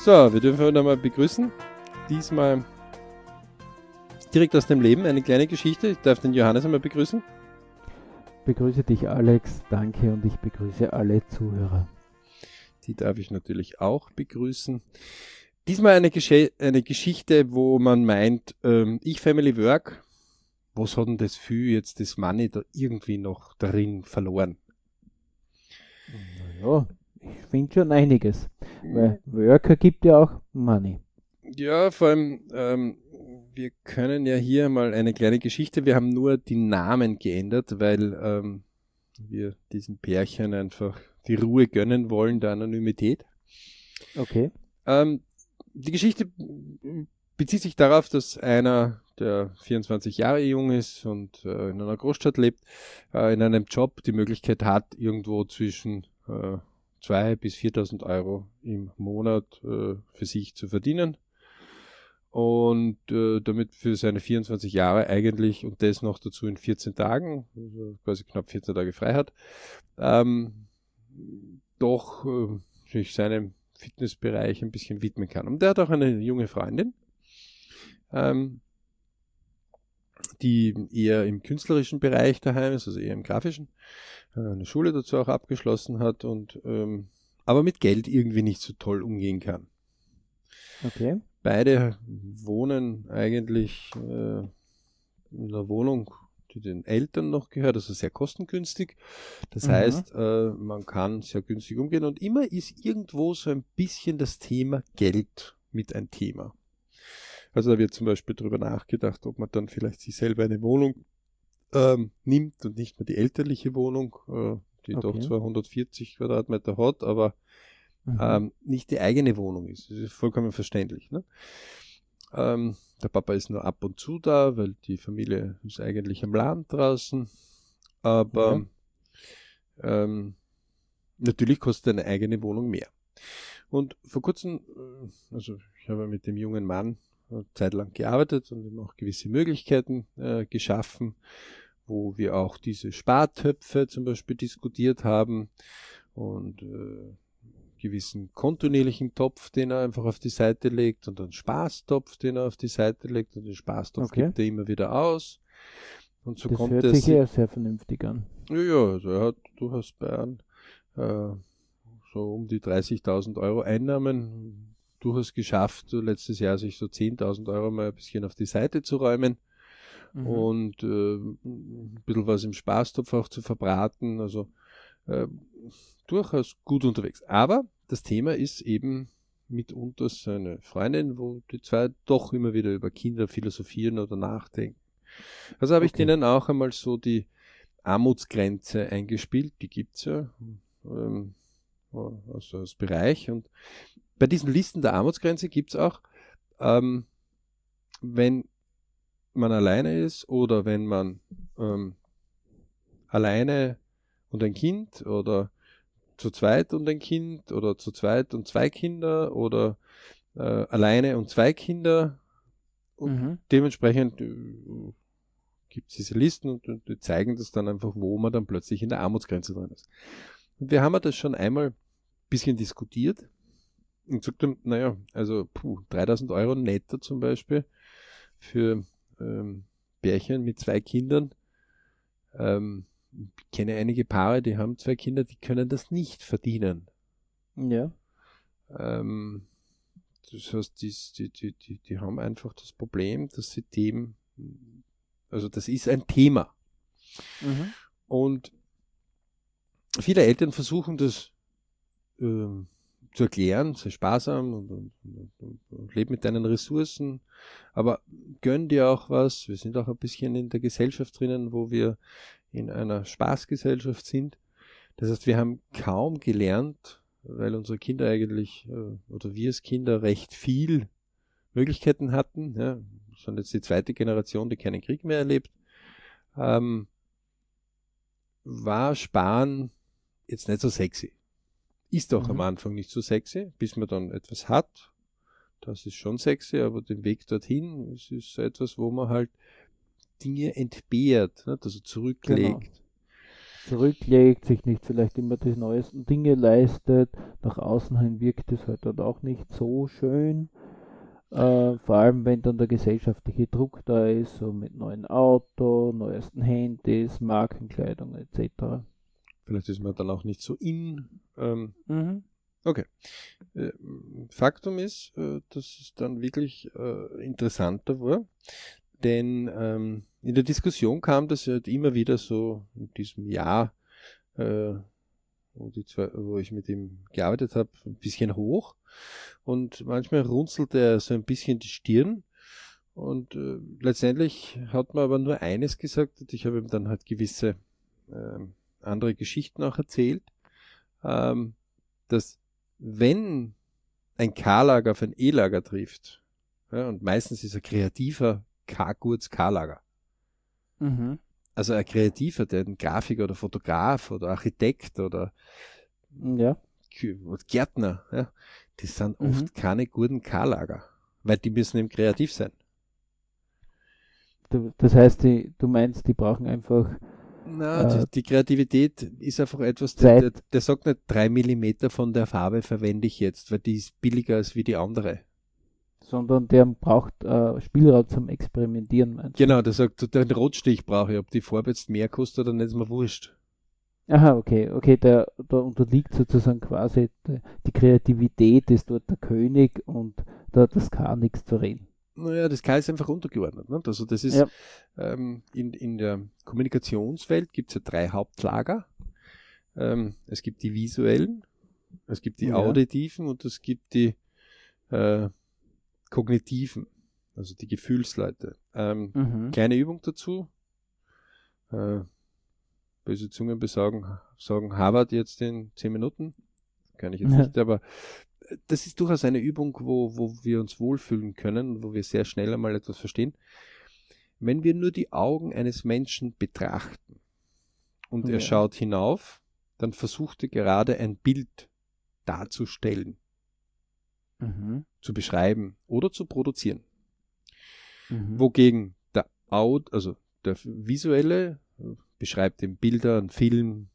So, wir dürfen heute einmal begrüßen. Diesmal direkt aus dem Leben, eine kleine Geschichte. Ich darf den Johannes einmal begrüßen. Begrüße dich, Alex. Danke, und ich begrüße alle Zuhörer. Die darf ich natürlich auch begrüßen. Diesmal eine Geschichte, wo man meint, ich Family Work, was hat denn das für jetzt das Money da irgendwie noch darin verloren? Naja, ich finde schon einiges. Weil Worker gibt ja auch Money. Ja, vor allem, wir können ja hier mal eine kleine Geschichte, wir haben nur die Namen geändert, weil wir diesen Pärchen einfach die Ruhe gönnen wollen, der Anonymität. Okay. Die Geschichte bezieht sich darauf, dass einer, der 24 Jahre jung ist und in einer Großstadt lebt, in einem Job die Möglichkeit hat, irgendwo zwischen 2.000 bis 4.000 Euro im Monat für sich zu verdienen. Und damit für seine 24 Jahre eigentlich und das noch dazu in 14 Tagen, also quasi knapp 14 Tage frei hat, doch sich seinem Fitnessbereich ein bisschen widmen kann. Und der hat auch eine junge Freundin, die eher im künstlerischen Bereich daheim ist, also eher im grafischen, eine Schule dazu auch abgeschlossen hat und aber mit Geld irgendwie nicht so toll umgehen kann. Okay. Beide wohnen eigentlich in einer Wohnung, die den Eltern noch gehört, also sehr kostengünstig. Das heißt, man kann sehr günstig umgehen und immer ist irgendwo so ein bisschen das Thema Geld mit ein Thema. Also da wird zum Beispiel darüber nachgedacht, ob man dann vielleicht sich selber eine Wohnung nimmt und nicht mehr die elterliche Wohnung, die doch zwar 140 Quadratmeter hat, aber nicht die eigene Wohnung ist. Das ist vollkommen verständlich. Ne? Der Papa ist nur ab und zu da, weil die Familie ist eigentlich am Land draußen. Aber natürlich kostet eine eigene Wohnung mehr. Und vor kurzem, also ich habe mit dem jungen Mann eine Zeit lang gearbeitet und ihm auch gewisse Möglichkeiten geschaffen, wo wir auch diese Spartöpfe zum Beispiel diskutiert haben und gewissen kontinuierlichen Topf, den er einfach auf die Seite legt und einen Spaßtopf, den er auf die Seite legt und den Spaßtopf gibt er immer wieder aus. Und so das kommt hört sich ja sehr vernünftig an. Ja, also er hat durchaus bei so um die 30.000 Euro Einnahmen durchaus geschafft, letztes Jahr sich so 10.000 Euro mal ein bisschen auf die Seite zu räumen und ein bisschen was im Spaßtopf auch zu verbraten, also durchaus gut unterwegs. Aber das Thema ist eben mitunter seine Freundin, wo die zwei doch immer wieder über Kinder philosophieren oder nachdenken. Also habe ich denen auch einmal so die Armutsgrenze eingespielt, die gibt's ja, also als Bereich. Und bei diesen Listen der Armutsgrenze gibt's auch, wenn man alleine ist oder wenn man alleine und ein Kind oder zu zweit und ein Kind oder zu zweit und zwei Kinder oder alleine und zwei Kinder. Und dementsprechend gibt es diese Listen und die zeigen das dann einfach, wo man dann plötzlich in der Armutsgrenze drin ist. Und wir haben das schon einmal ein bisschen diskutiert und gesagt haben, naja, also 3.000 Euro netto zum Beispiel für Pärchen mit zwei Kindern. Ich kenne einige Paare, die haben zwei Kinder, die können das nicht verdienen. Ja. Das heißt, die haben einfach das Problem, dass sie dem, also das ist ein Thema. Und viele Eltern versuchen das zu erklären, sei sparsam und leb mit deinen Ressourcen, aber gönn dir auch was. Wir sind auch ein bisschen in der Gesellschaft drinnen, wo wir in einer Spaßgesellschaft sind. Das heißt, wir haben kaum gelernt, weil unsere Kinder eigentlich, oder wir als Kinder recht viel Möglichkeiten hatten. Ja, wir sind jetzt die zweite Generation, die keinen Krieg mehr erlebt. War Sparen jetzt nicht so sexy. Ist auch am Anfang nicht so sexy, bis man dann etwas hat. Das ist schon sexy, aber den Weg dorthin, es ist so etwas, wo man halt Dinge entbehrt, ne, also zurücklegt. zurücklegt, sich nicht vielleicht immer die neuesten Dinge leistet. Nach außen hin wirkt es halt dann auch nicht so schön. Vor allem, wenn dann der gesellschaftliche Druck da ist, so mit neuen Auto, neuesten Handys, Markenkleidung etc. Vielleicht ist man dann auch nicht so in. Mhm. Okay. Faktum ist, dass es dann wirklich interessanter war, denn in der Diskussion kam das halt immer wieder so in diesem Jahr, wo ich mit ihm gearbeitet habe, ein bisschen hoch und manchmal runzelte er so ein bisschen die Stirn und letztendlich hat man aber nur eines gesagt und ich habe ihm dann halt gewisse andere Geschichten auch erzählt, dass wenn ein K-Lager auf ein E-Lager trifft, ja, und meistens ist ein kreativer K-Gurz K-Lager. Mhm. Also ein Kreativer, der ein Grafiker oder Fotograf oder Architekt oder Ja. Gärtner, ja, die sind Mhm. oft keine guten K-Lager, weil die müssen eben kreativ sein. Das heißt, du meinst, die brauchen einfach Na, die Kreativität ist einfach etwas, Zeit, der sagt nicht 3 Millimeter von der Farbe verwende ich jetzt, weil die ist billiger als wie die andere. sondern der braucht Spielraum zum Experimentieren, meinst du? Genau, der sagt, den Rotstich brauche ich, ob die Farbe jetzt mehr kostet oder nicht, ist mir wurscht. Aha, okay, da unterliegt sozusagen quasi die Kreativität ist dort der König und da hat das K nichts zu reden. Naja, das K ist einfach untergeordnet. Ne? Also das ist Ja. in der Kommunikationswelt gibt es ja 3 Hauptlager. Es gibt die visuellen, es gibt die Ja. auditiven und es gibt die kognitiven, also die Gefühlsleute. Mhm. Kleine Übung dazu. Böse Zungen sagen Harvard jetzt in 10 Minuten. Kann ich jetzt Ja. nicht, aber das ist durchaus eine Übung, wo wir uns wohlfühlen können, wo wir sehr schnell einmal etwas verstehen. Wenn wir nur die Augen eines Menschen betrachten und er Ja. schaut hinauf, dann versucht er gerade ein Bild darzustellen, Mhm. zu beschreiben oder zu produzieren. Mhm. Wogegen der visuelle beschreibt den Bilder, einen Film,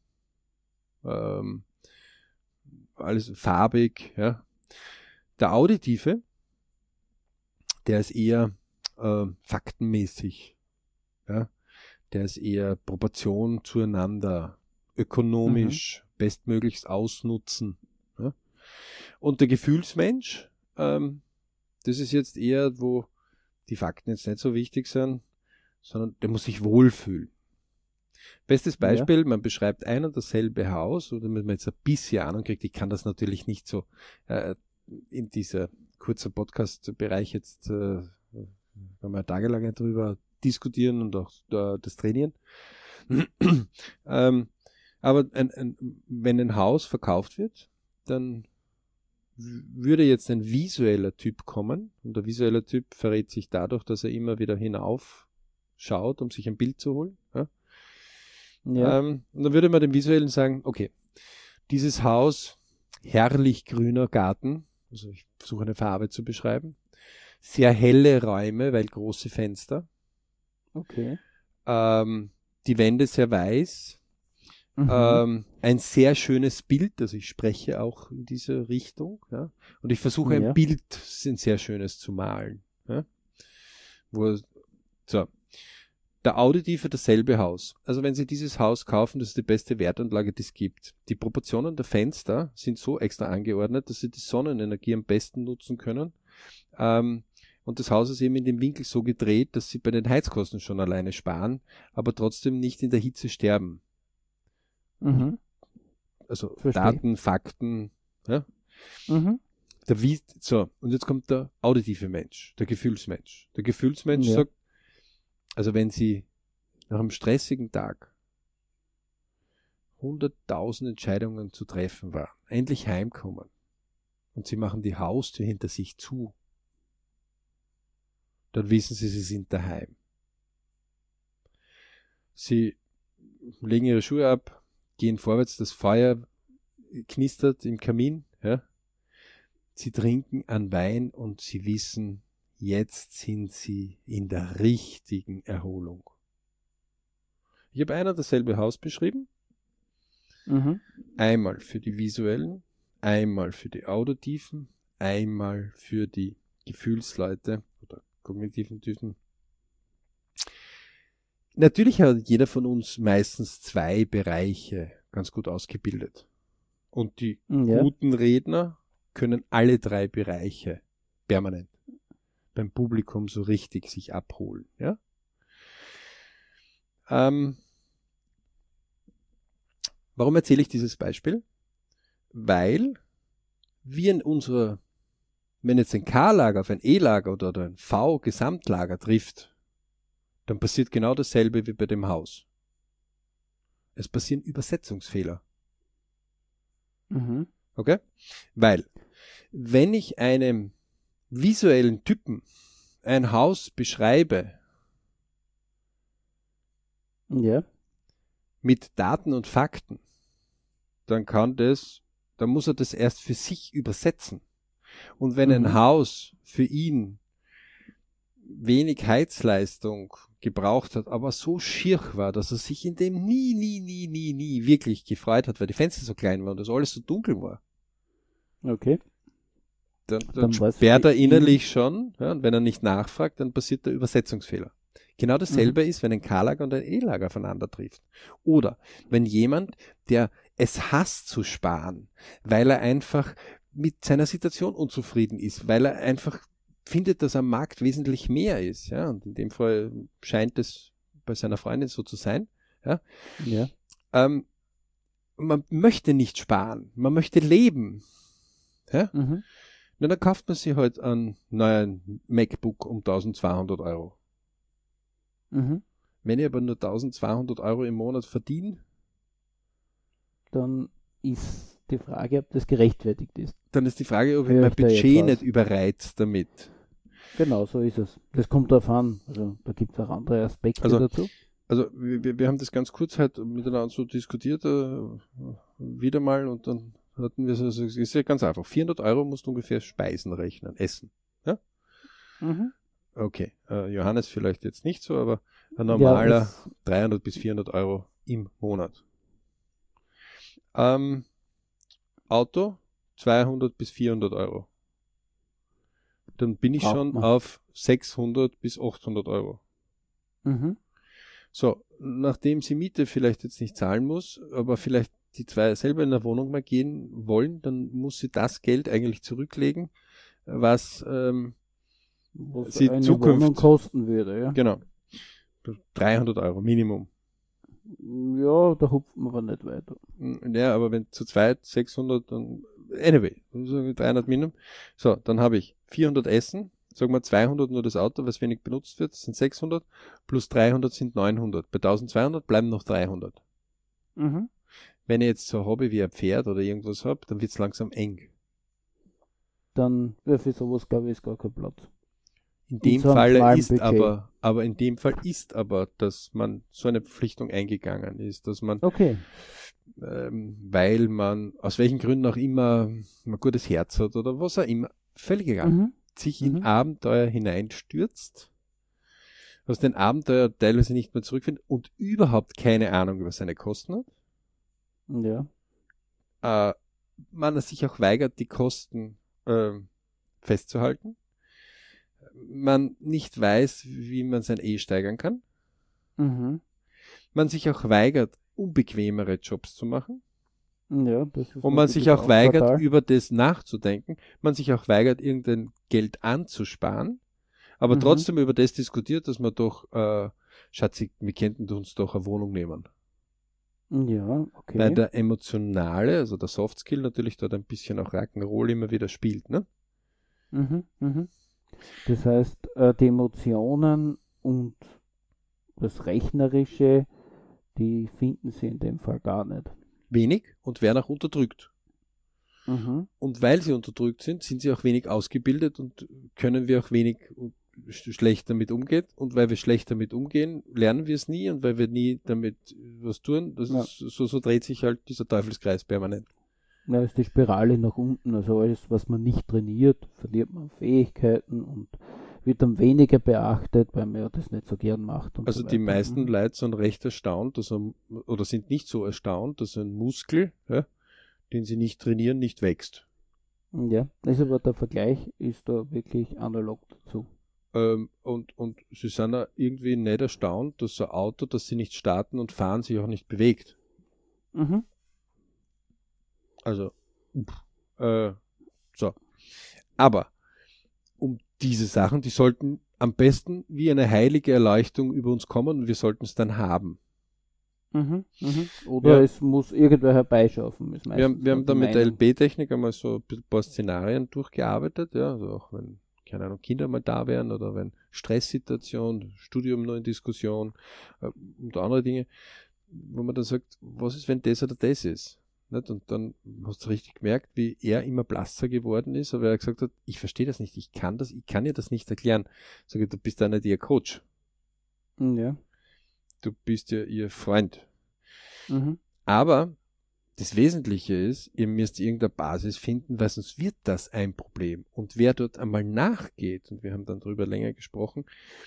alles farbig, ja. Der auditive, der ist eher faktenmäßig, ja. Der ist eher Proportion zueinander, ökonomisch, bestmöglichst ausnutzen. Ja. Und der Gefühlsmensch, das ist jetzt eher, wo die Fakten jetzt nicht so wichtig sind, sondern der muss sich wohlfühlen. Bestes Beispiel, man beschreibt ein und dasselbe Haus, oder wenn man jetzt ein bisschen Ahnung kriegt, ich kann das natürlich nicht so in dieser kurzen Podcast-Bereich jetzt, wenn wir tagelang drüber diskutieren und auch das trainieren. Aber wenn ein Haus verkauft wird, dann würde jetzt ein visueller Typ kommen und der visuelle Typ verrät sich dadurch, dass er immer wieder hinauf schaut, um sich ein Bild zu holen. Ja? Ja. Und dann würde man dem Visuellen sagen, okay, dieses Haus, herrlich grüner Garten, also ich versuche eine Farbe zu beschreiben, sehr helle Räume, weil große Fenster, Okay. die Wände sehr weiß, ein sehr schönes Bild, also ich spreche auch in diese Richtung, ja, und ich versuche ein Bild, ein sehr schönes zu malen. Ja, der Auditive dasselbe Haus. Also wenn Sie dieses Haus kaufen, das ist die beste Wertanlage, die es gibt. Die Proportionen der Fenster sind so extra angeordnet, dass Sie die Sonnenenergie am besten nutzen können. Und das Haus ist eben in dem Winkel so gedreht, dass Sie bei den Heizkosten schon alleine sparen, aber trotzdem nicht in der Hitze sterben. Mhm. Also Verstehe. Daten, Fakten. Ja? Mhm. Und jetzt kommt der auditive Mensch, der Gefühlsmensch. Der Gefühlsmensch sagt, also wenn Sie nach einem stressigen Tag 100.000 Entscheidungen zu treffen waren, endlich heimkommen und Sie machen die Haustür hinter sich zu, dann wissen Sie, Sie sind daheim. Sie legen Ihre Schuhe ab, gehen vorwärts, das Feuer knistert im Kamin, ja. Sie trinken an Wein und Sie wissen, jetzt sind Sie in der richtigen Erholung. Ich habe einer dasselbe Haus beschrieben Einmal für die visuellen, einmal für die auditiven, einmal für die Gefühlsleute oder kognitiven Typen. Natürlich hat jeder von uns meistens 2 Bereiche ganz gut ausgebildet. Und die guten Redner können alle 3 Bereiche permanent beim Publikum so richtig sich abholen. Ja? Warum erzähle ich dieses Beispiel? Weil wir in unserer, wenn jetzt ein K-Lager auf ein E-Lager oder ein V-Gesamtlager trifft, dann passiert genau dasselbe wie bei dem Haus. Es passieren Übersetzungsfehler. Okay? Weil, wenn ich einem visuellen Typen ein Haus beschreibe, mit Daten und Fakten, dann muss er das erst für sich übersetzen. Und wenn ein Haus für ihn wenig Heizleistung gebraucht hat, aber so schier war, dass er sich in dem nie wirklich gefreut hat, weil die Fenster so klein waren und das alles so dunkel war. Okay. Dann sperrt er innerlich schon, ja, und wenn er nicht nachfragt, dann passiert der Übersetzungsfehler. Genau dasselbe ist, wenn ein K-Lager und ein E-Lager aufeinander trifft. Oder wenn jemand, der es hasst zu sparen, weil er einfach mit seiner Situation unzufrieden ist, weil er einfach findet, dass am Markt wesentlich mehr ist. Ja? Und in dem Fall scheint es bei seiner Freundin so zu sein. Ja? Man möchte nicht sparen, man möchte leben. Ja? Na, dann kauft man sich halt einen neuen MacBook um 1.200 Euro. Wenn ich aber nur 1.200 Euro im Monat verdiene, dann ist die Frage, ob das gerechtfertigt ist. Dann ist die Frage, ob ich mein Budget nicht überreizt damit. Genau, so ist es. Das kommt darauf an. Also da gibt es auch andere Aspekte dazu. Also wir haben das ganz kurz halt miteinander so diskutiert, wieder mal, und dann hatten wir so, es ist ja ganz einfach, 400 Euro musst du ungefähr Speisen rechnen, essen. Ja? Okay, Johannes vielleicht jetzt nicht so, aber ein normaler 300 bis 400 Euro im Monat. Auto 200 bis 400 Euro. Dann bin ich schon auf 600 bis 800 Euro. So, nachdem sie Miete vielleicht jetzt nicht zahlen muss, aber vielleicht die 2 selber in der Wohnung mal gehen wollen, dann muss sie das Geld eigentlich zurücklegen, was sie eine Zukunft Wohnung kosten würde. Ja. Genau. 300 Euro Minimum. Ja, da hupfen wir aber nicht weiter. Ja, aber wenn zu zweit 600, dann anyway, 300 Minimum. So, dann habe ich 400 Essen, sagen wir 200 nur das Auto, was wenig benutzt wird, das sind 600, plus 300 sind 900. Bei 1.200 bleiben noch 300. Wenn ich jetzt so ein Hobby wie ein Pferd oder irgendwas habe, dann wird es langsam eng. Dann für sowas, glaube ich, ist gar kein Platz. In dem Fall ist aber in dem Fall ist aber, dass man so eine Verpflichtung eingegangen ist, dass man, weil man aus welchen Gründen auch immer ein gutes Herz hat oder was auch immer, völlig egal, sich in Abenteuer hineinstürzt, aus den Abenteuer teilweise nicht mehr zurückfindet und überhaupt keine Ahnung über seine Kosten hat. Ja. Man sich auch weigert, die Kosten festzuhalten. Man nicht weiß, wie man sein steigern kann. Man sich auch weigert, unbequemere Jobs zu machen. Ja, das ist und man sich auch weigert, fatal, über das nachzudenken. Man sich auch weigert, irgendein Geld anzusparen, aber trotzdem über das diskutiert, dass man doch, Schatzi, wir könnten uns doch eine Wohnung nehmen. Ja, okay. Weil der emotionale, also der Softskill natürlich dort ein bisschen auch Rock'n'Roll immer wieder spielt, ne? Das heißt, die Emotionen und das Rechnerische, die finden sie in dem Fall gar nicht. Wenig und werden auch unterdrückt. Und weil sie unterdrückt sind, sind sie auch wenig ausgebildet und können wir auch wenig schlecht damit umgehen. Und weil wir schlecht damit umgehen, lernen wir es nie, und weil wir nie damit was tun, so dreht sich halt dieser Teufelskreis permanent. Ja, ist die Spirale nach unten. Also alles, was man nicht trainiert, verliert man Fähigkeiten, und wird dann weniger beachtet, weil man ja das nicht so gern macht. Und Also so die weiter. meisten Leute sind recht erstaunt, oder sind nicht so erstaunt, dass ein Muskel, ja, den sie nicht trainieren, nicht wächst. Ja, also aber der Vergleich ist da wirklich analog dazu. Und sie sind auch irgendwie nicht erstaunt, dass so ein Auto, das sie nicht starten und fahren, sich auch nicht bewegt. Mhm. Also, so. Aber um diese Sachen, die sollten am besten wie eine heilige Erleuchtung über uns kommen und wir sollten es dann haben. Mhm. Mhm. Oder es muss irgendwer herbeischaffen, ist Wir meistens haben die da mit der Meinung. LB-Technik einmal so ein paar Szenarien durchgearbeitet, ja, also auch wenn, keine Ahnung, Kinder mal da wären oder wenn Stresssituation, Studium noch in Diskussion und andere Dinge, wo man dann sagt, was ist, wenn das oder das ist? Nicht? Und dann hast du richtig gemerkt, wie er immer blasser geworden ist, aber er gesagt hat, ich verstehe das nicht, ich kann dir das nicht erklären. Sag ich, du bist ja nicht ihr Coach, Ja. du bist ja ihr Freund. Mhm. Aber das Wesentliche ist, ihr müsst irgendeine Basis finden, weil sonst wird das ein Problem. Und wer dort einmal nachgeht, und wir haben dann darüber länger gesprochen,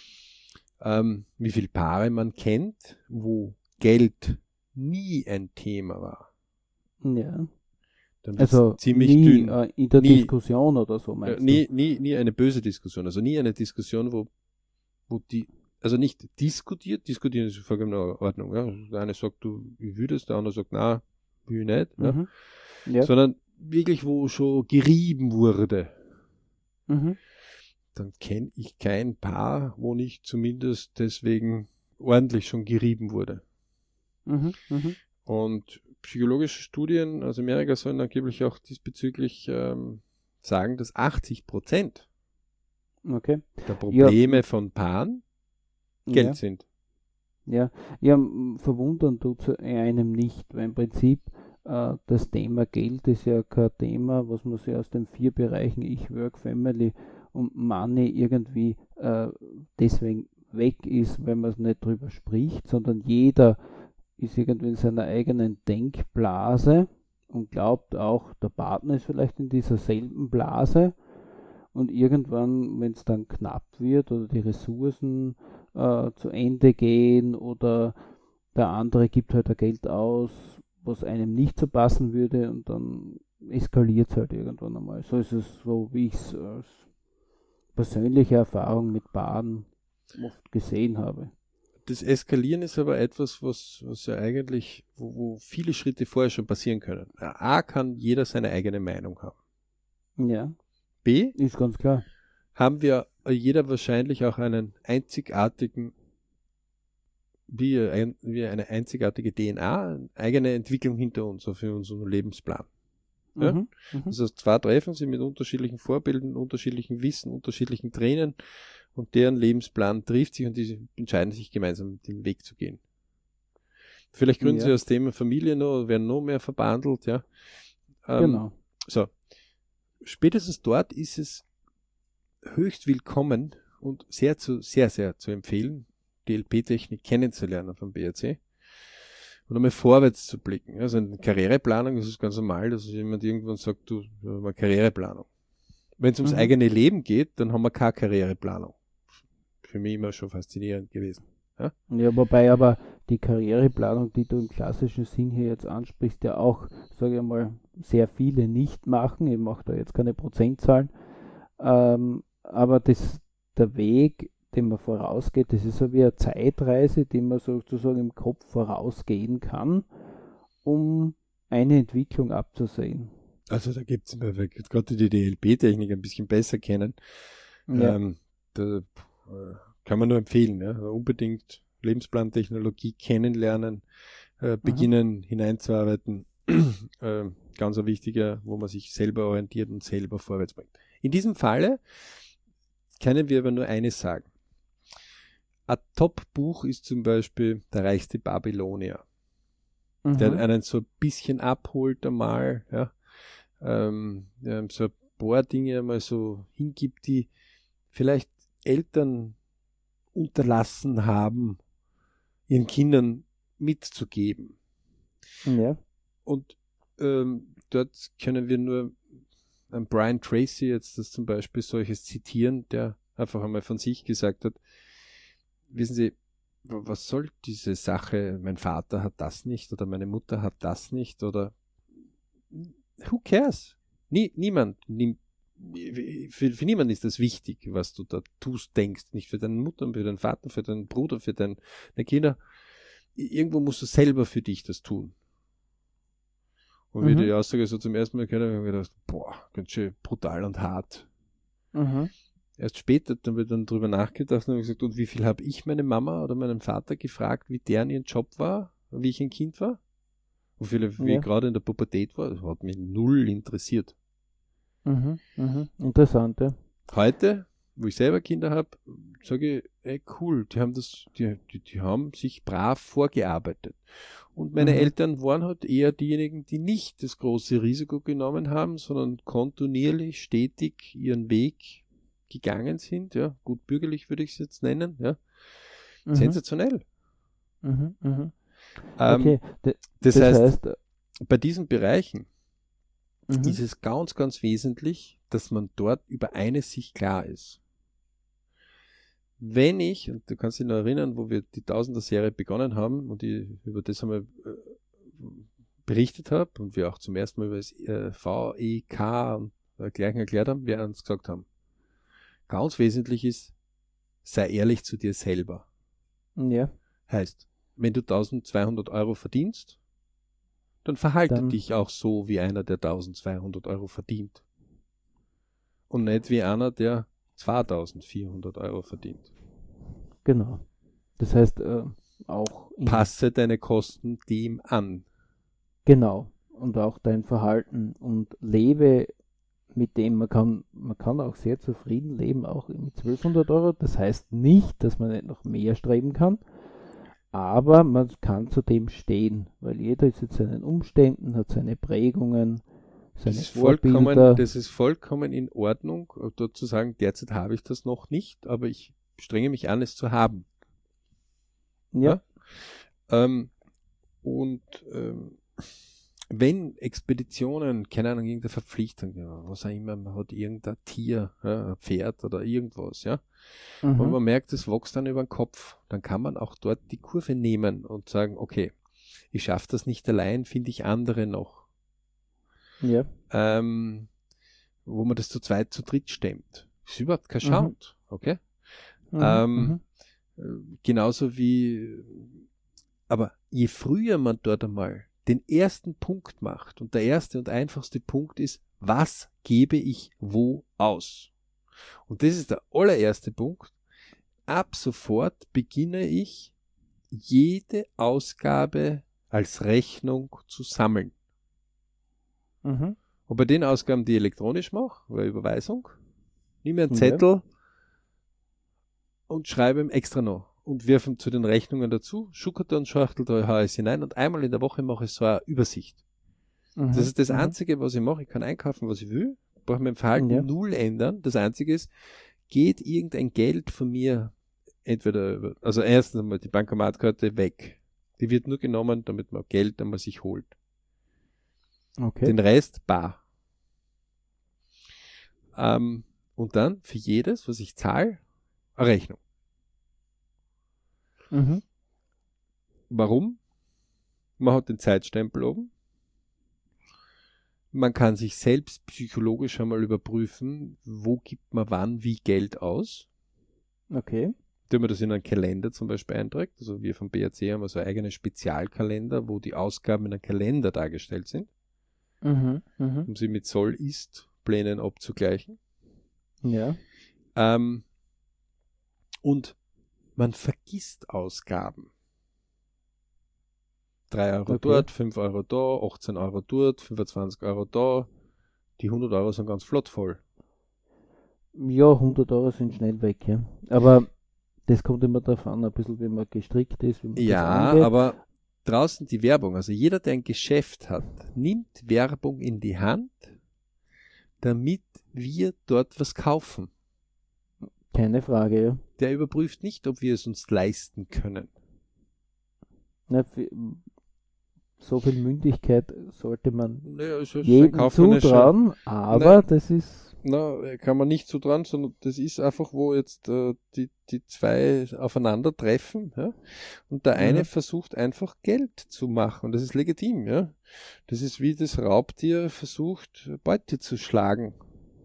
wie viele Paare man kennt, wo Geld nie ein Thema war. Ja. Dann wird es Also ziemlich nie dünn. in der Nie, Diskussion oder so, meinst du? nie eine böse Diskussion. Also nie eine Diskussion, also nicht diskutieren ist vollkommen in Ordnung. Ja. Der eine sagt, ich will das, der andere sagt, na, will ich nicht. Ja. Mhm. Ja. Sondern wirklich, wo schon gerieben wurde. Mhm. Dann kenne ich kein Paar, wo nicht zumindest deswegen ordentlich schon gerieben wurde. Mhm. Mhm. Und psychologische Studien aus Amerika sollen angeblich auch diesbezüglich sagen, dass 80% Okay. der Ja, Probleme von Paaren Geld ja. sind. Ja, ja, verwundern tut es einem nicht, weil im Prinzip das Thema Geld ist ja kein Thema, was man sich aus den 4 Bereichen Ich, Work, Family und Money irgendwie deswegen weg ist, wenn man es nicht drüber spricht, sondern jeder ist irgendwie in seiner eigenen Denkblase und glaubt auch, der Partner ist vielleicht in dieser selben Blase. Und irgendwann, wenn es dann knapp wird oder die Ressourcen zu Ende gehen oder der andere gibt halt ein Geld aus, was einem nicht so passen würde und dann eskaliert es halt irgendwann einmal. So ist es so, wie ich es als persönliche Erfahrung mit Paaren oft gesehen habe. Das Eskalieren ist aber etwas, was ja eigentlich, wo viele Schritte vorher schon passieren können. A, kann jeder seine eigene Meinung haben. Ja, B, ist ganz klar. haben wir jeder wahrscheinlich auch einen einzigartigen, wie eine einzigartige DNA, eine eigene Entwicklung hinter uns, auch für unseren Lebensplan. Ja? Mhm, mhm. Das heißt, zwei treffen sich mit unterschiedlichen Vorbildern, unterschiedlichen Wissen, unterschiedlichen Trainern und deren Lebensplan trifft sich und die entscheiden sich gemeinsam den Weg zu gehen. Vielleicht gründen sie Ja, aus Thema Familie noch, werden noch mehr verbandelt, ja. genau. So. Spätestens dort ist es höchst willkommen und sehr, sehr zu empfehlen, die LP-Technik kennenzulernen vom BRC und einmal vorwärts zu blicken. Also eine Karriereplanung, das ist ganz normal, dass jemand irgendwann sagt, du, eine Karriereplanung. Wenn es ums eigene Leben geht, dann haben wir keine Karriereplanung. Für mich immer schon faszinierend gewesen. Ja, Ja, wobei aber die Karriereplanung, die du im klassischen Sinn hier jetzt ansprichst, ja auch, sage ich mal, sehr viele nicht machen. Ich mache da jetzt keine Prozentzahlen. Aber der Weg, den man vorausgeht, das ist so wie eine Zeitreise, die man sozusagen im Kopf vorausgehen kann, um eine Entwicklung abzusehen. also da gibt es gerade die DLP-Technik ein bisschen besser kennen. Ja. Da kann man nur empfehlen. Ja? Unbedingt Lebensplantechnologie kennenlernen, beginnen hineinzuarbeiten. Ganz ein wichtiger, wo man sich selber orientiert und selber vorwärts bringt. In diesem Falle können wir aber nur eines sagen. Ein Top-Buch ist zum Beispiel Der reichste Babylonier, der einen so ein bisschen abholt einmal, ja, so ein paar Dinge einmal so hingibt, die vielleicht Eltern unterlassen haben, ihren Kindern mitzugeben. Ja. Und dort können wir nur an Brian Tracy jetzt das zum Beispiel solches zitieren, der einfach einmal von sich gesagt hat, wissen Sie, was soll diese Sache, mein Vater hat das nicht oder meine Mutter hat das nicht oder who cares? Niemand nimmt, für niemanden ist das wichtig, was du da tust, denkst, nicht für deine Mutter, für deinen Vater, für deinen Bruder, für deine Kinder. Irgendwo musst du selber für dich das tun. Und wie die Aussage so zum ersten Mal gehört habe, habe ich gedacht, boah, ganz schön brutal und hart. Erst später haben wir dann drüber nachgedacht und haben gesagt, und wie viel habe ich meine Mama oder meinen Vater gefragt, wie deren ihren Job war, wie ich ein Kind war? Und wie ich gerade in der Pubertät war, das hat mich null interessiert. Interessant, ja. Heute, wo ich selber Kinder habe, sage ich, ey cool, die haben sich brav vorgearbeitet. Und meine Eltern waren halt eher diejenigen, die nicht das große Risiko genommen haben, sondern kontinuierlich, stetig ihren Weg gegangen sind, ja, gut bürgerlich würde ich es jetzt nennen, ja. Sensationell. Okay, das heißt, bei diesen Bereichen ist es ganz, ganz wesentlich, dass man dort über eines sich klar ist. Wenn ich, und du kannst dich noch erinnern, wo wir die Tausender-Serie begonnen haben und ich über das einmal berichtet habe und wir auch zum ersten Mal über das VEK und gleich erklärt haben, wir uns gesagt haben, ganz wesentlich ist, sei ehrlich zu dir selber. Ja. Heißt, wenn du 1.200 Euro verdienst, dann verhalte dich auch so wie einer, der 1.200 Euro verdient. Und nicht wie einer, der 2.400 Euro verdient. Genau. Das heißt, auch... Passe deine Kosten dem an. Genau. Und auch dein Verhalten und lebe mit dem, man kann auch sehr zufrieden leben, auch mit 1.200 Euro. Das heißt nicht, dass man nicht noch mehr streben kann, aber man kann zu dem stehen, weil jeder ist jetzt seinen Umständen, hat seine Prägungen, seine Vorbilder. Das ist vollkommen in Ordnung, dort zu sagen, derzeit habe ich das noch nicht, aber ich strenge mich an, es zu haben. Ja. Wenn Expeditionen, keine Ahnung, irgendeine Verpflichtung, ja, was auch immer, man hat irgendein Tier, ja, ein Pferd oder irgendwas, ja, und man merkt, es wächst dann über den Kopf, dann kann man auch dort die Kurve nehmen und sagen, okay, ich schaffe das nicht allein, finde ich andere noch. Ja. Wo man das zu zweit, zu dritt stemmt. Ist überhaupt kein Schand, okay? Genauso wie, aber je früher man dort einmal den ersten Punkt macht, und der erste und einfachste Punkt ist, was gebe ich wo aus? Und das ist der allererste Punkt. Ab sofort beginne ich, jede Ausgabe als Rechnung zu sammeln. Und bei den Ausgaben, die ich elektronisch mache, oder Überweisung, nehme einen Zettel und schreibe ihm extra noch und wirf ihm zu den Rechnungen dazu, schuckert und schachtelt alles hinein und einmal in der Woche mache ich so eine Übersicht. Das ist das Einzige, was ich mache. Ich kann einkaufen, was ich will, brauche mein Verhalten null ändern. Das Einzige ist, geht irgendein Geld von mir entweder, also erstens einmal die Bankomatkarte weg. Die wird nur genommen, damit man Geld einmal sich holt. Okay. Den Rest bar. Und dann für jedes, was ich zahle, eine Rechnung. Warum? Man hat den Zeitstempel oben. Man kann sich selbst psychologisch einmal überprüfen, wo gibt man wann wie Geld aus. Okay. Wenn man das in einen Kalender zum Beispiel einträgt, also wir vom BRC haben also eigene Spezialkalender, wo die Ausgaben in einem Kalender dargestellt sind, um sie mit Soll-Ist-Plänen abzugleichen. Ja. Und man vergisst Ausgaben. 3 Euro dort, 5 Euro da, 18 Euro dort, 25 Euro da. Die 100 Euro sind ganz flott voll. Ja, 100 Euro sind schnell weg, ja. Aber das kommt immer darauf an, ein bisschen, wie man gestrickt ist. Wie man ja, aber draußen die Werbung, also jeder, der ein Geschäft hat, nimmt Werbung in die Hand, damit wir dort was kaufen. Keine Frage, ja. Der überprüft nicht, ob wir es uns leisten können. Na, so viel Mündigkeit sollte man Naja, also jedem zutrauen, aber Nein. das ist... Na, kann man nicht zutrauen, sondern das ist einfach, wo jetzt die zwei aufeinandertreffen, ja? Und der eine versucht einfach Geld zu machen. Und das ist legitim, ja. Das ist wie das Raubtier versucht, Beute zu schlagen.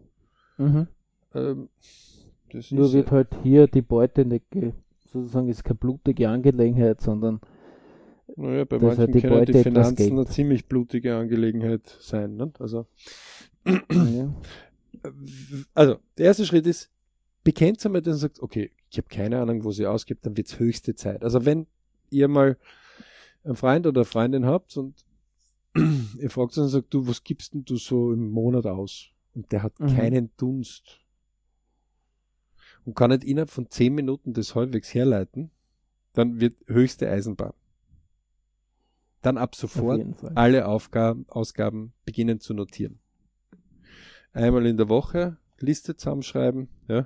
Das Nur ist, wird halt hier die Beute nicht, sozusagen ist keine blutige Angelegenheit, sondern naja, bei dass manchen halt die können die Beute etwas Finanzen eine Geld. ziemlich blutige Angelegenheit sein. Ne? Also, Ja. der erste Schritt ist, bekennt einmal, dass ihr sagt, okay, ich habe keine Ahnung, wo sie ausgibt, dann wird es höchste Zeit. Also wenn ihr mal einen Freund oder eine Freundin habt und ihr fragt sie und sagt, du, was gibst denn du so im Monat aus? Und der hat keinen Dunst und kann nicht innerhalb von 10 Minuten das halbwegs herleiten, dann wird höchste Eisenbahn. Dann ab sofort alle Ausgaben beginnen zu notieren. Einmal in der Woche Liste zusammenschreiben, ja.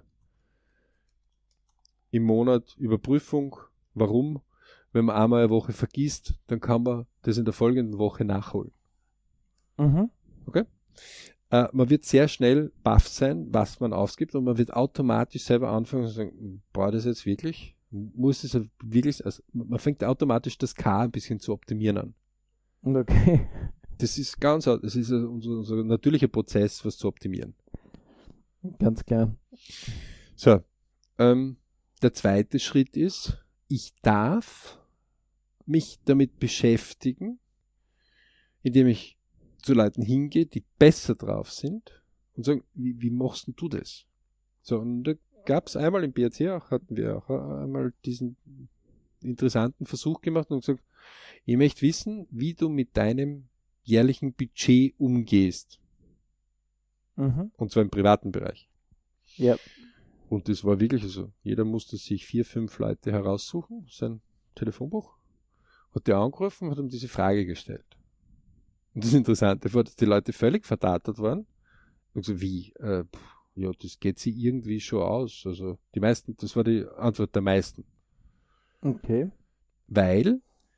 Im Monat Überprüfung. Warum? Wenn man einmal eine Woche vergisst, dann kann man das in der folgenden Woche nachholen. Okay? Man wird sehr schnell baff sein, was man ausgibt, und man wird automatisch selber anfangen zu sagen, brauche das jetzt wirklich? Muss es wirklich, also man fängt automatisch das K ein bisschen zu optimieren an. Okay. Das ist das ist unser natürlicher Prozess, was zu optimieren. Ganz klar. So, der zweite Schritt ist, ich darf mich damit beschäftigen, indem ich zu Leuten hingehe, die besser drauf sind und sagen, wie machst denn du das? So, und da gab es einmal im BRC, hatten wir auch einmal diesen interessanten Versuch gemacht und gesagt, ich möchte wissen, wie du mit deinem jährlichen Budget umgehst. Und zwar im privaten Bereich. Ja. Und das war wirklich so. Jeder musste sich 4, 5 Leute heraussuchen, sein Telefonbuch, hat der angerufen und hat ihm diese Frage gestellt. Und das Interessante war, dass die Leute völlig verdattert waren. Und so, wie? Ja, das geht sie irgendwie schon aus. Also die meisten, das war die Antwort der meisten. Okay. Weil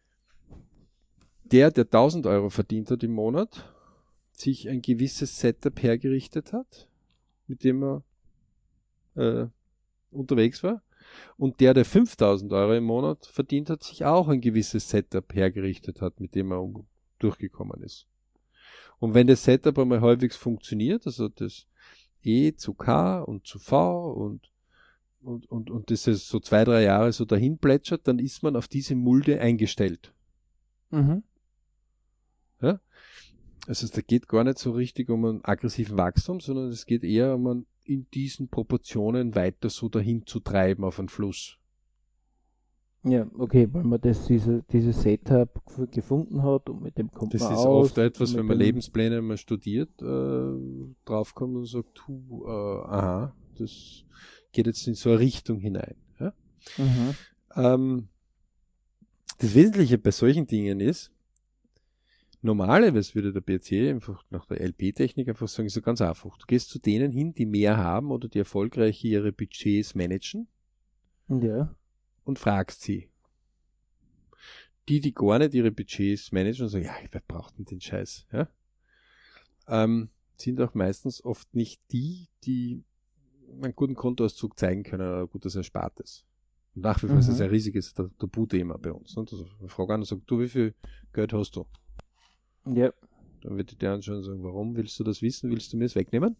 der 1000 Euro verdient hat im Monat, sich ein gewisses Setup hergerichtet hat, mit dem er unterwegs war. Und der 5000 Euro im Monat verdient hat, sich auch ein gewisses Setup hergerichtet hat, mit dem er durchgekommen ist. Und wenn das Setup einmal halbwegs funktioniert, also das E zu K und zu V und das ist so 2, 3 Jahre so dahin plätschert, dann ist man auf diese Mulde eingestellt. Ja? Also da geht gar nicht so richtig um einen aggressiven Wachstum, sondern es geht eher um einen in diesen Proportionen weiter so dahin zu treiben auf einen Fluss. Ja, okay, weil man dieses Setup gefunden hat und mit dem kommt das man ist aus. Oft etwas, wenn man Lebenspläne mal studiert, draufkommt und sagt, aha, das geht jetzt in so eine Richtung hinein. Ja? Das Wesentliche bei solchen Dingen ist, normalerweise würde der BRC einfach nach der LP-Technik einfach sagen, so ganz einfach. Du gehst zu denen hin, die mehr haben oder die erfolgreich ihre Budgets managen. Ja. Und fragst sie. Die gar nicht ihre Budgets managen und sagen, ja, wer braucht denn den Scheiß? Ja? Sind auch meistens oft nicht die einen guten Kontoauszug zeigen können oder ein gutes Erspartes. Und nach wie vor ist es ein riesiges Tabuthema bei uns. Und also, ich frage an und sage, du, wie viel Geld hast du? Ja. Dann wird der anschauen und sagen, warum willst du das wissen? Willst du mir es wegnehmen?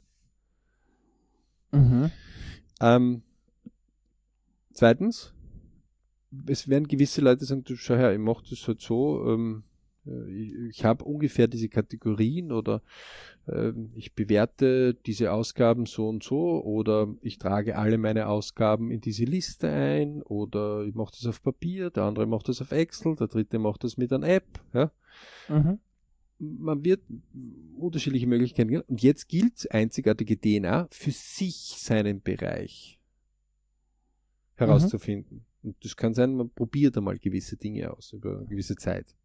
Zweitens, es werden gewisse Leute sagen, du schau her, ich mache das halt so, ich habe ungefähr diese Kategorien oder ich bewerte diese Ausgaben so und so oder ich trage alle meine Ausgaben in diese Liste ein oder ich mache das auf Papier, der andere macht das auf Excel, der dritte macht das mit einer App. Ja? Man wird unterschiedliche Möglichkeiten geben. Und jetzt gilt einzigartige DNA für sich seinen Bereich herauszufinden. Und das kann sein, man probiert einmal gewisse Dinge aus über eine gewisse Zeit.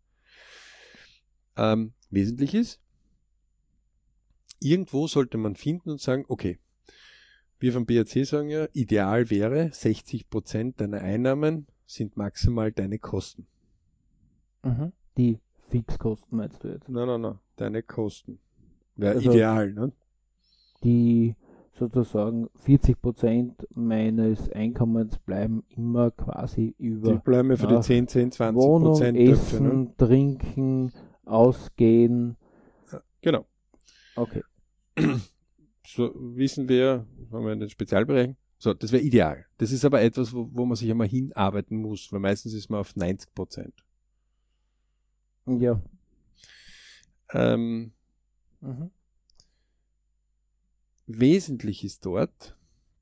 Wesentlich ist, irgendwo sollte man finden und sagen, okay, wir vom BRC sagen ja, ideal wäre, 60% deiner Einnahmen sind maximal deine Kosten. Die Fixkosten meinst du jetzt? Nein, deine Kosten. Wäre Also ideal, ne? die sozusagen 40% meines Einkommens bleiben immer quasi Die über bleiben ja für die nach 10, 20% Wohnung, dafür, ne? Essen, Trinken, Ausgehen. Genau. Okay. So wissen wir, haben wir in den Spezialbereichen. So, das wäre ideal. Das ist aber etwas, wo man sich einmal hinarbeiten muss, weil meistens ist man auf 90%. Ja. Ähm, Mhm. Wesentlich ist dort,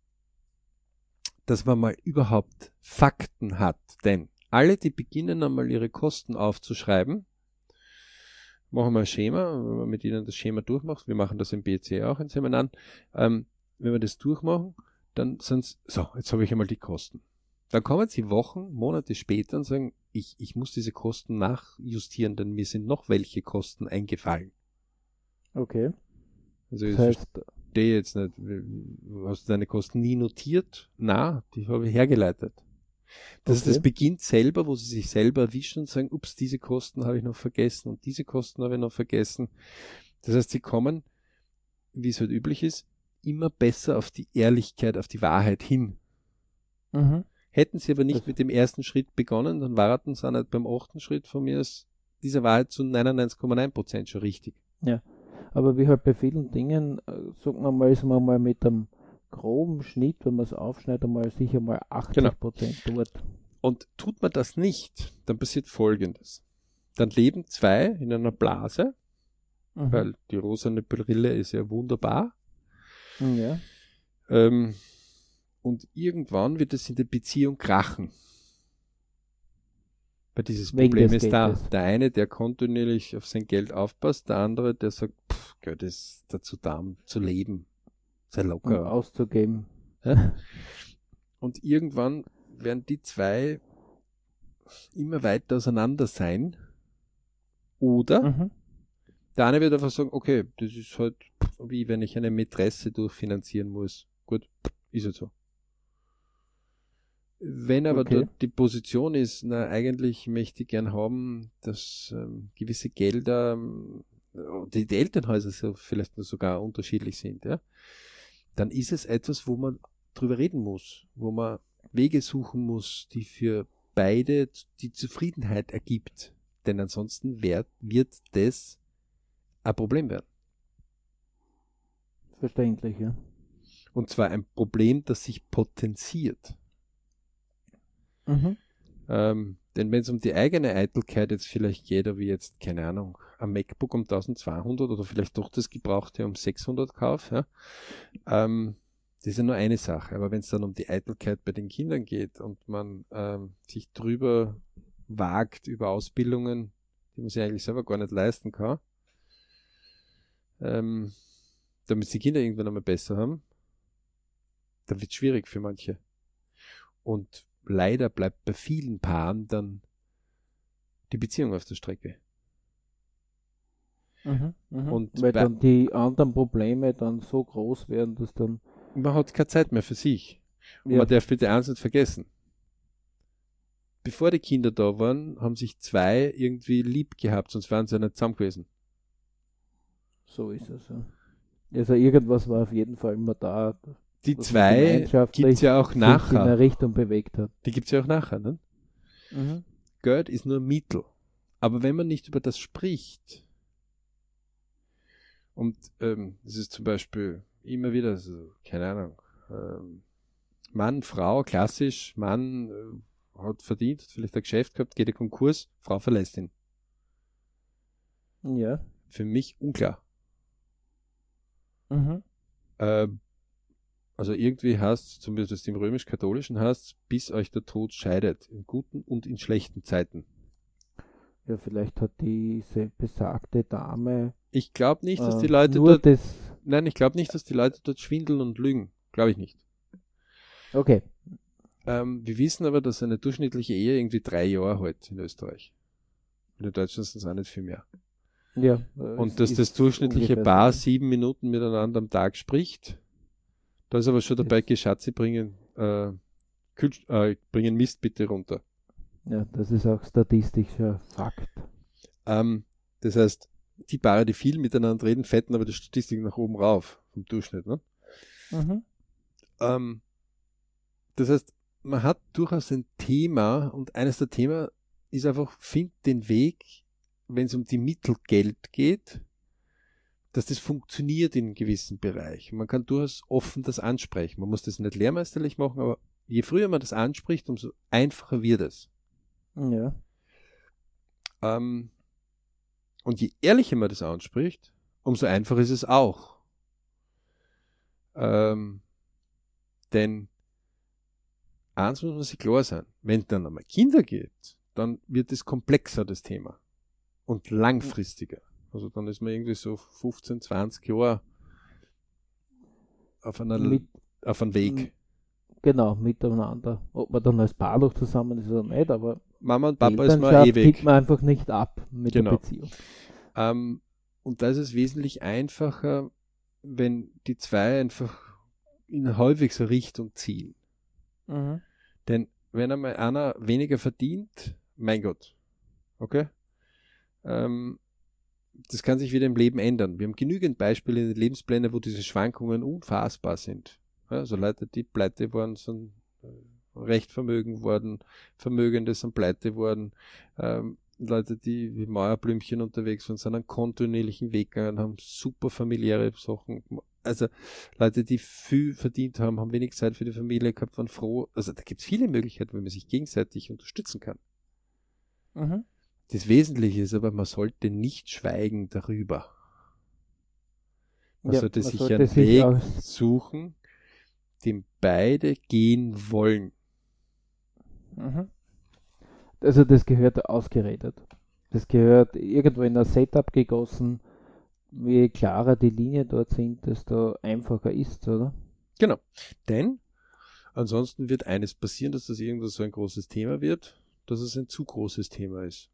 dass man mal überhaupt Fakten hat. Denn alle, die beginnen einmal ihre Kosten aufzuschreiben, machen wir ein Schema, wenn man mit ihnen das Schema durchmacht, wir machen das im BC auch in Seminaren, wenn wir das durchmachen, dann sind es, so, jetzt habe ich einmal die Kosten. Dann kommen sie Wochen, Monate später und sagen, ich muss diese Kosten nachjustieren, denn mir sind noch welche Kosten eingefallen. Okay. Also Das ich heißt, verstehe jetzt nicht, hast du deine Kosten nie notiert? Na, die habe ich hergeleitet. Das okay. beginnt selber, wo sie sich selber erwischen und sagen, ups, diese Kosten habe ich noch vergessen und diese Kosten habe ich noch vergessen. Das heißt, sie kommen, wie es halt üblich ist, immer besser auf die Ehrlichkeit, auf die Wahrheit hin. Mhm. Hätten sie aber nicht Das- mit dem ersten Schritt begonnen, dann warten sie auch nicht beim 8. Schritt von mir ist diese Wahrheit zu 99,9% schon richtig. Aber wie halt bei vielen Dingen, sagen wir mal, ist man mal mit einem groben Schnitt, wenn man es aufschneidet, mal sicher mal 80% dort. Und tut man das nicht, dann passiert Folgendes. Dann leben zwei in einer Blase, Mhm. weil die rosane Brille ist ja wunderbar. Ja. Und irgendwann wird es in der Beziehung krachen. Weil dieses Wegen Problem des ist da. Geldes. Der eine, der kontinuierlich auf sein Geld aufpasst, der andere, der sagt, Geld ist dazu da, um zu leben. Sei Um locker. auszugeben. Ja? Und irgendwann werden die zwei immer weiter auseinander sein. Oder Mhm. der eine wird einfach sagen, okay, das ist halt wie wenn ich eine Mätresse durchfinanzieren muss. Gut, ist halt so. Wenn aber Okay. dort die Position ist, na, eigentlich möchte ich gern haben, dass gewisse Gelder, die Elternhäuser so vielleicht sogar unterschiedlich sind, ja, dann ist es etwas, wo man drüber reden muss, wo man Wege suchen muss, die für beide die Zufriedenheit ergibt. Denn ansonsten wird das ein Problem werden. Verständlich, ja. Und zwar ein Problem, das sich potenziert. Mhm. Denn wenn es um die eigene Eitelkeit jetzt vielleicht geht, wie jetzt, keine Ahnung, ein MacBook um 1200 oder vielleicht doch das Gebrauchte um 600 kauf, ja, das ist ja nur eine Sache. Aber wenn es dann um die Eitelkeit bei den Kindern geht und man sich drüber wagt über Ausbildungen, die man sich eigentlich selber gar nicht leisten kann, damit die Kinder irgendwann einmal besser haben, dann wird es schwierig für manche. Und leider bleibt bei vielen Paaren dann die Beziehung auf der Strecke. Mhm. Mhm. Und Weil dann die anderen Probleme dann so groß werden, dass dann. man hat keine Zeit mehr für sich. Und Ja. man darf bitte eins nicht vergessen. Bevor die Kinder da waren, haben sich zwei irgendwie lieb gehabt, sonst wären sie ja nicht zusammen gewesen. So ist es, ja. Also irgendwas war auf jeden Fall immer da, Die dass man zwei gemeinschaftlich gibt es ja auch sich in eine nachher. Richtung bewegt hat. Die gibt es ja auch nachher. Ne? Mhm. Geld ist nur Mittel. Aber wenn man nicht über das spricht, und es ist zum Beispiel immer wieder so, keine Ahnung, Mann, Frau, klassisch, Mann hat verdient, hat vielleicht ein Geschäft gehabt, geht in Konkurs, Frau verlässt ihn. Ja. Für mich unklar. Mhm. Also irgendwie heißt, zumindest im römisch-katholischen heißt, bis euch der Tod scheidet, in guten und in schlechten Zeiten. Ja, vielleicht hat diese besagte Dame Ich glaube nicht, dass die Leute nur dort, das. nein, ich glaube nicht, dass die Leute dort schwindeln und lügen. Glaube ich nicht. Okay. Wir wissen aber, dass eine durchschnittliche Ehe irgendwie 3 Jahre hält in Österreich. In Deutschland sind es auch nicht viel mehr. Ja. Und dass das durchschnittliche Paar 7 Minuten miteinander am Tag spricht, da ist aber schon dabei, Schatzi, bringen Mist bitte runter. Ja, das ist auch statistischer Fakt. Das heißt, die Paare, die viel miteinander reden, fetten aber die Statistik nach oben rauf, vom Durchschnitt. Ne? Das heißt, man hat durchaus ein Thema und eines der Themen ist einfach, find den Weg, wenn es um die Mittelgeld geht, dass das funktioniert in einem gewissen Bereich. Man kann durchaus offen das ansprechen. Man muss das nicht lehrmeisterlich machen, aber je früher man das anspricht, umso einfacher wird es. Ja. Und je ehrlicher man das anspricht, umso einfacher ist es auch. Denn eins muss man sich klar sein, wenn es dann einmal Kinder geht, dann wird es komplexer, das Thema. Und langfristiger. Also dann ist man irgendwie so 15, 20 Jahre auf einem Weg. Genau, miteinander. Ob man dann als Paar noch zusammen ist oder nicht, aber Mama und Papa ist mal ewig. Gibt man einfach nicht ab mit der Beziehung. Und da ist es wesentlich einfacher, wenn die zwei einfach in halbwegs eine Richtung ziehen. Denn wenn einmal einer weniger verdient, mein Gott, okay? Das kann sich wieder im Leben ändern. Wir haben genügend Beispiele in den Lebensplänen, wo diese Schwankungen unfassbar sind. Also Leute, die pleite waren, sind recht Vermögende sind pleite worden. Leute, die wie Mauerblümchen unterwegs waren, sind einen kontinuierlichen Weg gegangen, haben super familiäre Sachen. Also Leute, die viel verdient haben, haben wenig Zeit für die Familie gehabt, waren froh. Also da gibt es viele Möglichkeiten, wie man sich gegenseitig unterstützen kann. Das Wesentliche ist aber, man sollte nicht schweigen darüber. Man sollte sich einen Weg suchen, den beide gehen wollen. Also das gehört ausgeredet. Das gehört irgendwo in ein Setup gegossen. Je klarer die Linien dort sind, desto einfacher ist es, oder? Genau. Denn ansonsten wird eines passieren, dass das irgendwas so ein großes Thema wird, dass es ein zu großes Thema ist.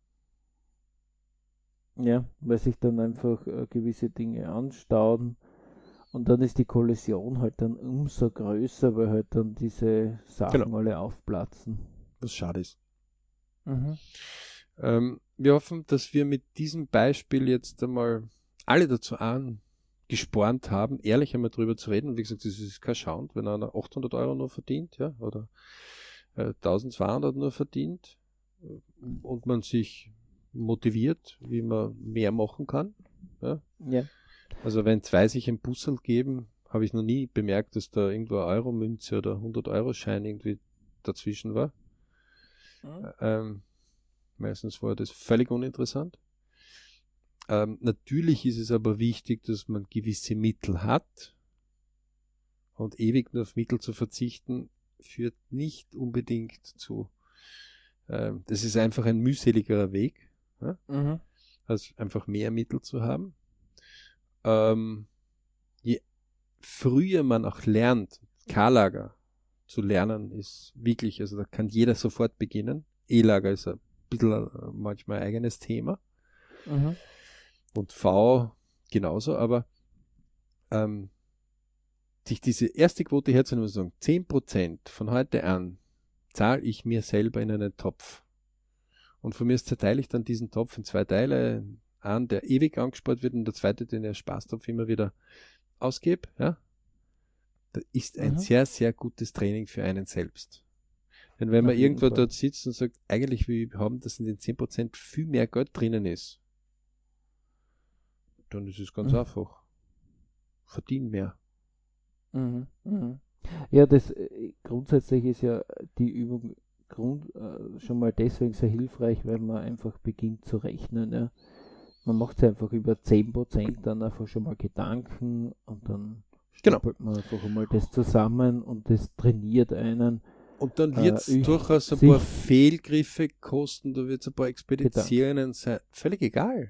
Ja, weil sich dann einfach gewisse Dinge anstauen und dann ist die Kollision halt dann umso größer, weil halt dann diese Sachen alle aufplatzen. Was schade ist. Wir hoffen, dass wir mit diesem Beispiel jetzt einmal alle dazu angespornt haben, ehrlich einmal drüber zu reden. Und wie gesagt, das ist kein Schand, wenn einer 800 Euro nur verdient, ja, oder 1200 nur verdient und man sich motiviert, wie man mehr machen kann. Ja. Also wenn zwei sich ein Bussel geben, habe ich noch nie bemerkt, dass da irgendwo eine Euro-Münze oder 100-Euro-Schein irgendwie dazwischen war. Meistens war das völlig uninteressant. Natürlich ist es aber wichtig, dass man gewisse Mittel hat und ewig nur auf Mittel zu verzichten, führt nicht unbedingt zu, das ist einfach ein mühseligerer Weg, als einfach mehr Mittel zu haben. Je früher man auch lernt, K-Lager zu lernen, ist wirklich, also da kann jeder sofort beginnen. E-Lager ist ein bisschen manchmal ein eigenes Thema. Und V genauso, aber sich diese erste Quote herzunehmen und sagen, 10% von heute an zahle ich mir selber in einen Topf. Und von mir zerteile ich dann diesen Topf in 2 Teile, einen, der ewig angespart wird und der zweite, den der Spaßtopf immer wieder ausgebe. Ja? Das ist ein sehr, sehr gutes Training für einen selbst. Denn wenn man irgendwo dort sitzt und sagt, eigentlich will ich haben, dass in den 10% viel mehr Geld drinnen ist, dann ist es ganz einfach. Verdienen mehr. Ja, das grundsätzlich ist ja die Übung schon mal deswegen sehr hilfreich, weil man einfach beginnt zu rechnen. Ja. Man macht sich einfach über 10% dann einfach schon mal Gedanken und dann stapelt man einfach einmal das zusammen und das trainiert einen. Und dann wird es durchaus ein paar Fehlgriffe kosten, da wird es ein paar Expeditionen sein. Völlig egal.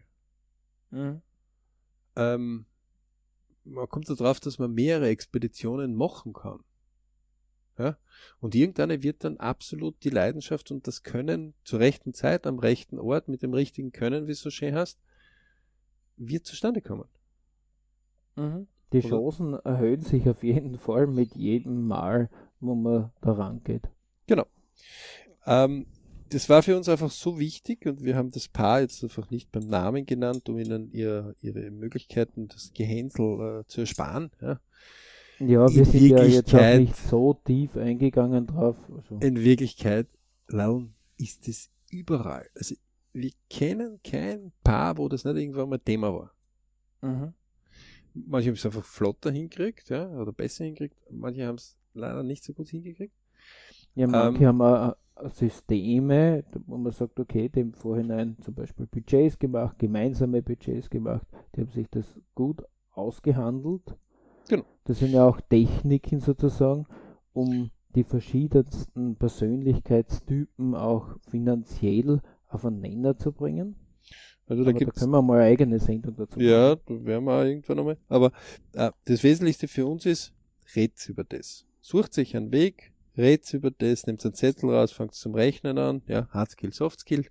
Man kommt darauf, dass man mehrere Expeditionen machen kann. Ja? Und irgendeine wird dann absolut die Leidenschaft und das Können zur rechten Zeit, am rechten Ort, mit dem richtigen Können, wie es so schön heißt, wird zustande kommen. Die Chancen erhöhen sich auf jeden Fall mit jedem Mal, wo man da rangeht. Genau. das war für uns einfach so wichtig und wir haben das Paar jetzt einfach nicht beim Namen genannt, um ihnen ihre Möglichkeiten, das Gehänsel zu ersparen. Ja. Ja, wir In sind ja jetzt auch Wirklichkeit, nicht so tief eingegangen drauf. Also, in Wirklichkeit, Laun, ist es überall. Also wir kennen kein Paar, wo das nicht irgendwann mal Thema war. mhm. Manche haben es einfach flotter hingekriegt, ja, oder besser hingekriegt. Manche haben es leider nicht so gut hingekriegt. Ja, manche haben auch Systeme, wo man sagt, okay, die im Vorhinein zum Beispiel Budgets gemacht, gemeinsame Budgets gemacht, die haben sich das gut ausgehandelt. Genau. Das sind ja auch Techniken sozusagen, um die verschiedensten Persönlichkeitstypen auch finanziell auf einen Nenner zu bringen. Also da Aber da gibt's, können wir mal eine eigene Sendung dazu ja, machen. da werden wir auch irgendwann einmal. Aber das Wesentlichste für uns ist, redet über das. Sucht sich einen Weg, redet über das, nehmt einen Zettel raus, fangt zum Rechnen an, ja, Hard Skill, Soft Skill.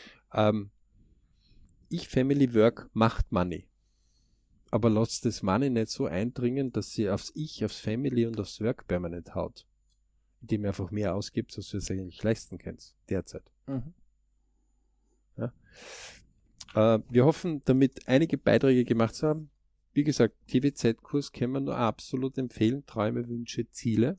Family Work macht Money. Aber lasst das Money nicht so eindringen, dass sie aufs Ich, aufs Family und aufs Work permanent haut. Indem ihr einfach mehr ausgibt, als ihr es eigentlich leisten könnt, derzeit. Mhm. Ja. Wir hoffen, damit einige Beiträge gemacht zu haben. Wie gesagt, TVZ-Kurs können wir nur absolut empfehlen. Träume, Wünsche, Ziele.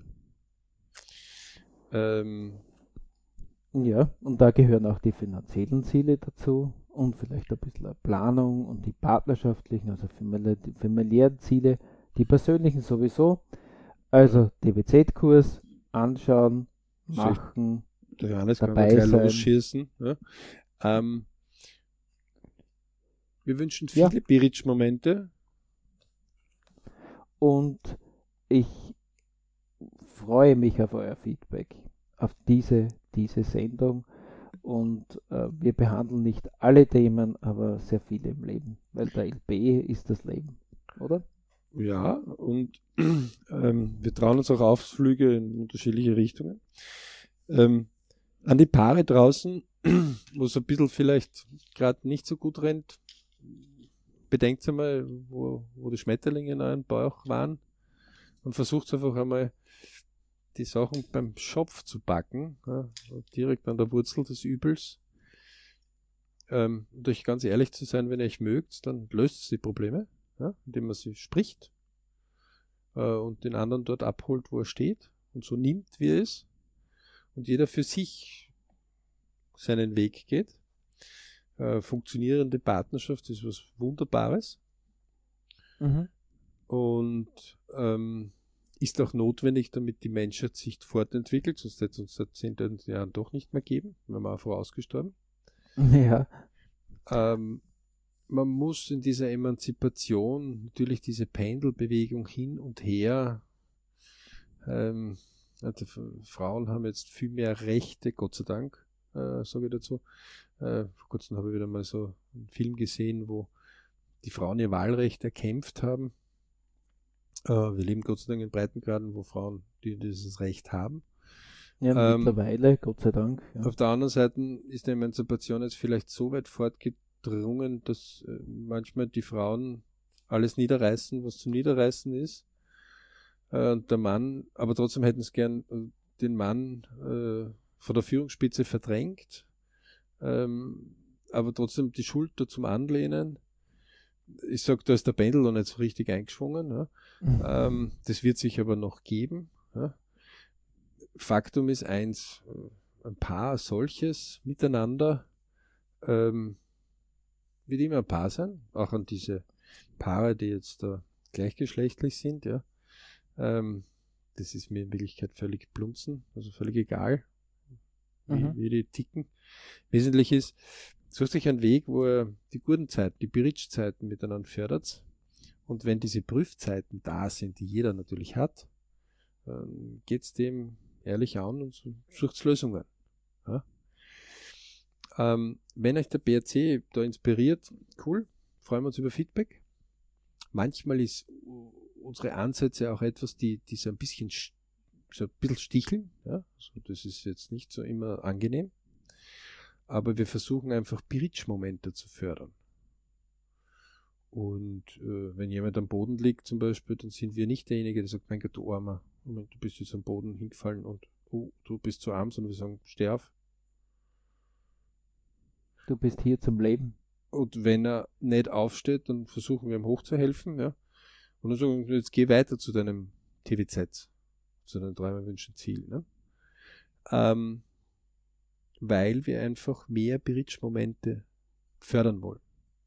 Ja, und da gehören auch die finanziellen Ziele dazu und vielleicht ein bisschen eine Planung und die partnerschaftlichen, also die familiären Ziele, die persönlichen sowieso. Also DBZ-Kurs anschauen, machen, Der Johannes kann dabei gleich sein. losschießen. Ja. Wir wünschen viele Biric-Momente. Und ich freue mich auf euer Feedback, auf diese Sendung. Und wir behandeln nicht alle Themen, aber sehr viele im Leben, weil der LB ist das Leben, oder? Ja, und wir trauen uns auch Ausflüge in unterschiedliche Richtungen. An die Paare draußen, wo es ein bisschen vielleicht gerade nicht so gut rennt, bedenkt einmal, wo die Schmetterlinge in eurem Bauch waren und versucht einfach einmal die Sachen beim Schopf zu packen, ja, direkt an der Wurzel des Übels. Und euch ganz ehrlich zu sein, wenn ihr euch mögt, dann löst es die Probleme, ja, indem man sie spricht und den anderen dort abholt, wo er steht und so nimmt, wie er ist und jeder für sich seinen Weg geht. Funktionierende Partnerschaft ist was Wunderbares und ist auch notwendig, damit die Menschheit sich fortentwickelt, sonst hätte es uns seit 10.000 Jahren doch nicht mehr geben, wenn wir einfach ausgestorben. Ja. Man muss in dieser Emanzipation natürlich diese Pendelbewegung hin und her, also Frauen haben jetzt viel mehr Rechte, Gott sei Dank, sage ich dazu. Vor kurzem habe ich wieder mal so einen Film gesehen, wo die Frauen ihr Wahlrecht erkämpft haben. Wir leben Gott sei Dank in Breitengraden, wo Frauen dieses Recht haben. Ja, mittlerweile, Gott sei Dank. Ja. Auf der anderen Seite ist die Emanzipation jetzt vielleicht so weit fortgedrungen, dass manchmal die Frauen alles niederreißen, was zum Niederreißen ist. Der Mann, aber trotzdem hätten sie gern den Mann von der Führungsspitze verdrängt, aber trotzdem die Schulter zum Anlehnen. Ich sage, da ist der Pendel noch nicht so richtig eingeschwungen. Ja. Das wird sich aber noch geben. Ja. Faktum ist eins, ein Paar solches miteinander wird immer ein Paar sein, auch an diese Paare, die jetzt gleichgeschlechtlich sind, ja. Das ist mir in Wirklichkeit völlig blunzen, also völlig egal, wie die ticken. Wesentlich ist, sucht euch einen Weg, wo ihr die guten Zeiten, die Bridge-Zeiten miteinander fördert. Und wenn diese Prüfzeiten da sind, die jeder natürlich hat, geht es dem ehrlich an und sucht Lösungen. Ja? Wenn euch der BRC da inspiriert, cool, freuen wir uns über Feedback. Manchmal ist unsere Ansätze auch etwas, die so ein bisschen sticheln. Ja? Also das ist jetzt nicht so immer angenehm. Aber wir versuchen einfach Bridge-Momente zu fördern. Und wenn jemand am Boden liegt zum Beispiel, dann sind wir nicht derjenige, der sagt, mein Gott, du Armer, du bist jetzt am Boden hingefallen und du bist zu arm, sondern wir sagen, steh auf, Du bist hier zum Leben. Und wenn er nicht aufsteht, dann versuchen wir ihm hochzuhelfen, ja. Und dann sagen wir, jetzt geh weiter zu deinem TVZ, zu deinen Träumen, Wünschen, Ziel, ne? Weil wir einfach mehr Bridge-Momente fördern wollen.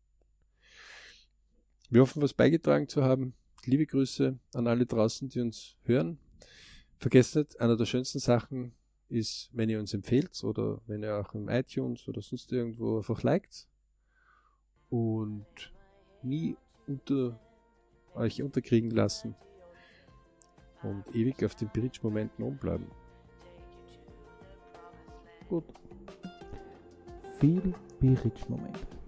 Wir hoffen, was beigetragen zu haben. Liebe Grüße an alle draußen, die uns hören. Vergesst nicht, einer der schönsten Sachen ist, wenn ihr uns empfehlt oder wenn ihr auch im iTunes oder sonst irgendwo einfach liked und nie euch unterkriegen lassen und ewig auf den Bridge-Momenten umbleiben. Gut. Viel Bridge-Moment.